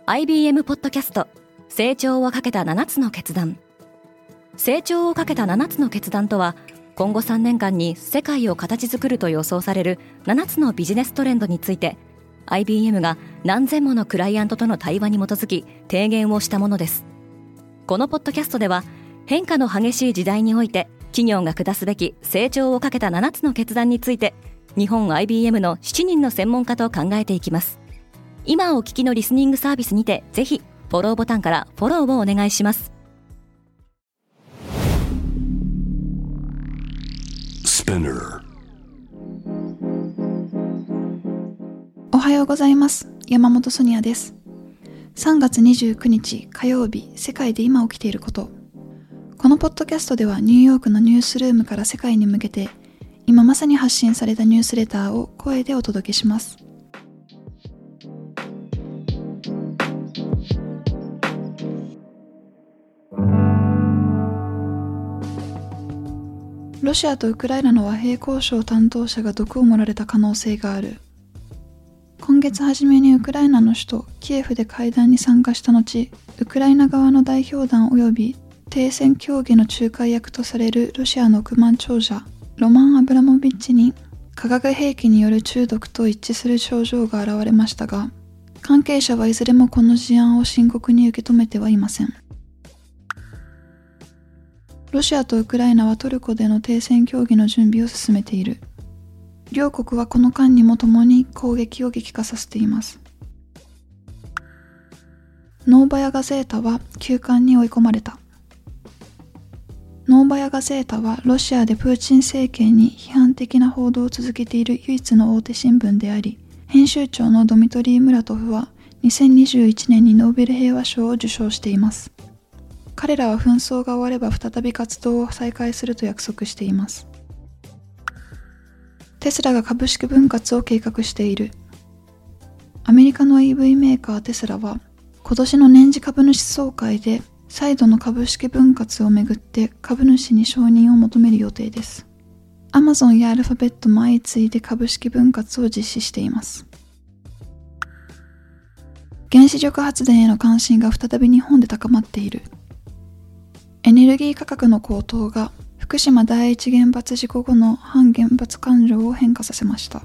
IBM ポッドキャスト成長をかけた7つの決断。成長をかけた7つの決断とは、今後3年間に世界を形作ると予想される7つのビジネストレンドについて IBM が何千ものクライアントとの対話に基づき提言をしたものです。このポッドキャストでは、変化の激しい時代において企業が下すべき成長をかけた7つの決断について、日本 IBM の7人の専門家と考えていきます。今お聞きのリスニングサービスにて、ぜひフォローボタンからフォローをお願いします。 おはようございます。山本ソニアです。3月29日火曜日、世界で今起きていること。このポッドキャストでは、ニューヨークのニュースルームから世界に向けて今まさに発信されたニュースレターを声でお届けします。ロシアとウクライナの和平交渉担当者が毒を盛られた可能性がある。今月初めにウクライナの首都キエフで会談に参加した後、ウクライナ側の代表団及び停戦協議の仲介役とされるロシアの億万長者ロマン・アブラモビッチに化学兵器による中毒と一致する症状が現れましたが、関係者はいずれもこの事案を深刻に受け止めてはいません。ロシアとウクライナはトルコでの停戦協議の準備を進めている。両国はこの間にも共に攻撃を激化させています。ノーバヤ・ガゼータは休刊に追い込まれた。ノーバヤ・ガゼータはロシアでプーチン政権に批判的な報道を続けている唯一の大手新聞であり、編集長のドミトリー・ムラトフは2021年にノーベル平和賞を受賞しています。彼らは紛争が終われば再び活動を再開すると約束しています。テスラが株式分割を計画している。アメリカの EV メーカーテスラは今年の年次株主総会で再度の株式分割をめぐって株主に承認を求める予定です。アマゾンやアルファベットも相次いで株式分割を実施しています。原子力発電への関心が再び日本で高まっている。エネルギー価格の高騰が福島第一原発事故後の反原発感情を変化させました。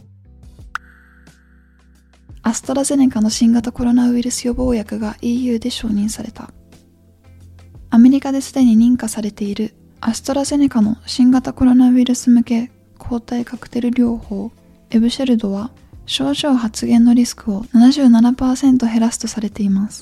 アストラゼネカの新型コロナウイルス予防薬が EU で承認された。アメリカですでに認可されているアストラゼネカの新型コロナウイルス向け抗体カクテル療法エブシェルドは症状発現のリスクを 77% 減らすとされています。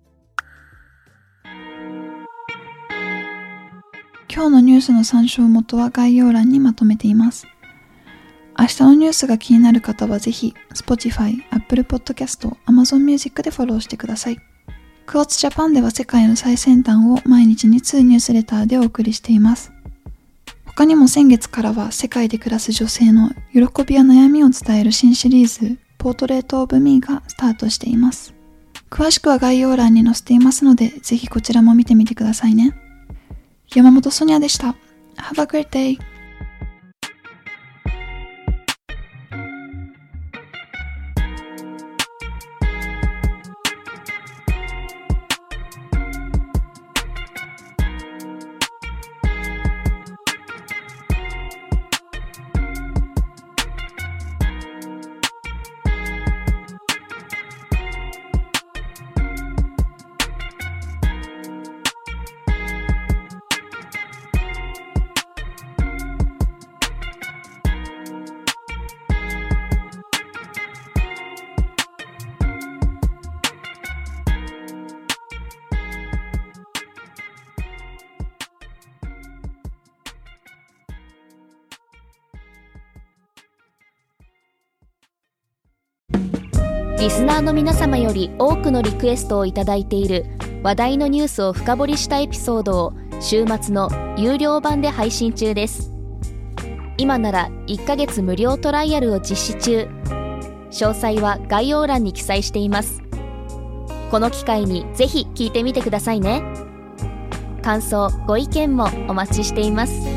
今日のニュースの参照元は概要欄にまとめています。明日のニュースが気になる方はぜひ Spotify、Apple Podcast、Amazon Music でフォローしてください。クォーツジャパンでは世界の最先端を毎日2通ニュースレターでお送りしています。他にも先月からは世界で暮らす女性の喜びや悩みを伝える新シリーズポートレートオブミーがスタートしています。詳しくは概要欄に載せていますので、ぜひこちらも見てみてくださいね。山本ソニアでした。Have a great day! リスナーの皆様より多くのリクエストをいただいている話題のニュースを深掘りしたエピソードを週末の有料版で配信中です。今なら1ヶ月無料トライアルを実施中。詳細は概要欄に記載しています。この機会にぜひ聞いてみてくださいね。感想、ご意見もお待ちしています。